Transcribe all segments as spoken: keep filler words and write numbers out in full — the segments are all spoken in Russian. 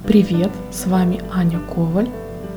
Привет, с вами Аня Коваль.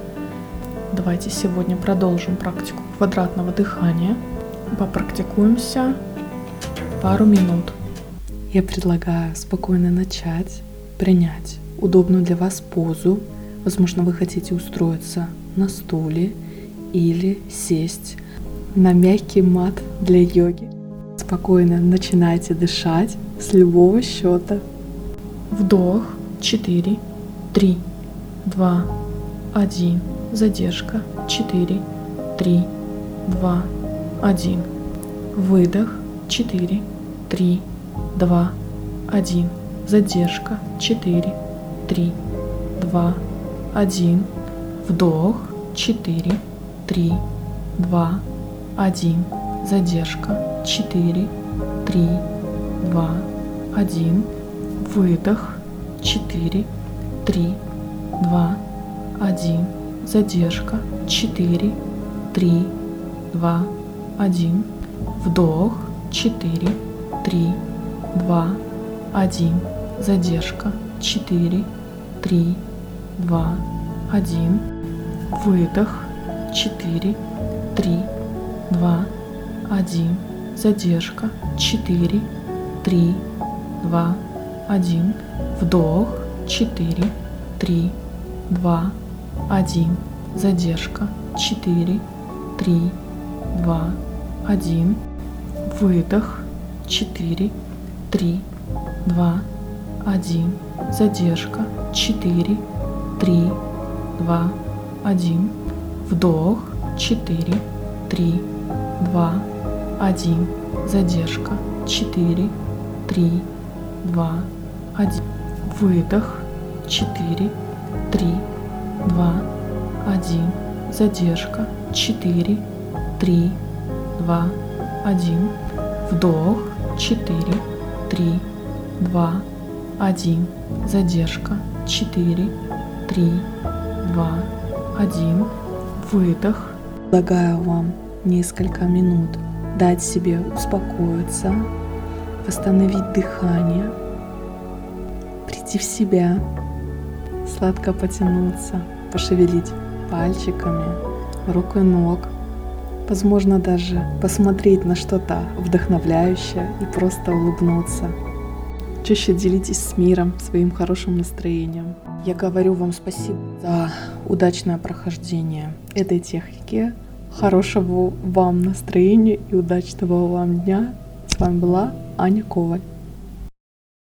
Давайте сегодня продолжим практику квадратного дыхания. Попрактикуемся пару минут. Я предлагаю спокойно начать, принять удобную для вас позу. Возможно, вы хотите устроиться на стуле или сесть на мягкий мат для йоги. Спокойно начинайте дышать с любого счета. Вдох, четыре, три, два, один. Задержка, четыре, три, два, один. Выдох, четыре, три, два, один. Задержка, четыре, три, два, один. Вдох, четыре, три, два, один. Задержка, четыре, три, два, один. Выдох, четыре, три, два, один. Задержка, четыре, три, два, один. Вдох, четыре, три, два, один. Задержка, четыре, три, два, один. Выдох, четыре, три, два, один. Задержка, четыре, три, два, один. Вдох, четыре, три, два, один. Задержка, четыре, три, два, один. Выдох, четыре, три, два, один. Задержка, четыре, три, два, один. Вдох, четыре, три, два, один. Задержка, четыре, три, два, один. Выдох, четыре, три, два, один. Задержка, четыре, три, два, один. Вдох, четыре, три, два, один. Задержка, четыре, три, два, один. Выдох. Предлагаю вам несколько минут дать себе успокоиться, восстановить дыхание, прийти в себя, сладко потянуться, пошевелить пальчиками рук и ног, возможно, даже посмотреть на что-то вдохновляющее и просто улыбнуться. Чаще делитесь с миром своим хорошим настроением. Я говорю вам спасибо за удачное прохождение этой техники. Хорошего вам настроения и удачного вам дня. С вами была Аня Коваль.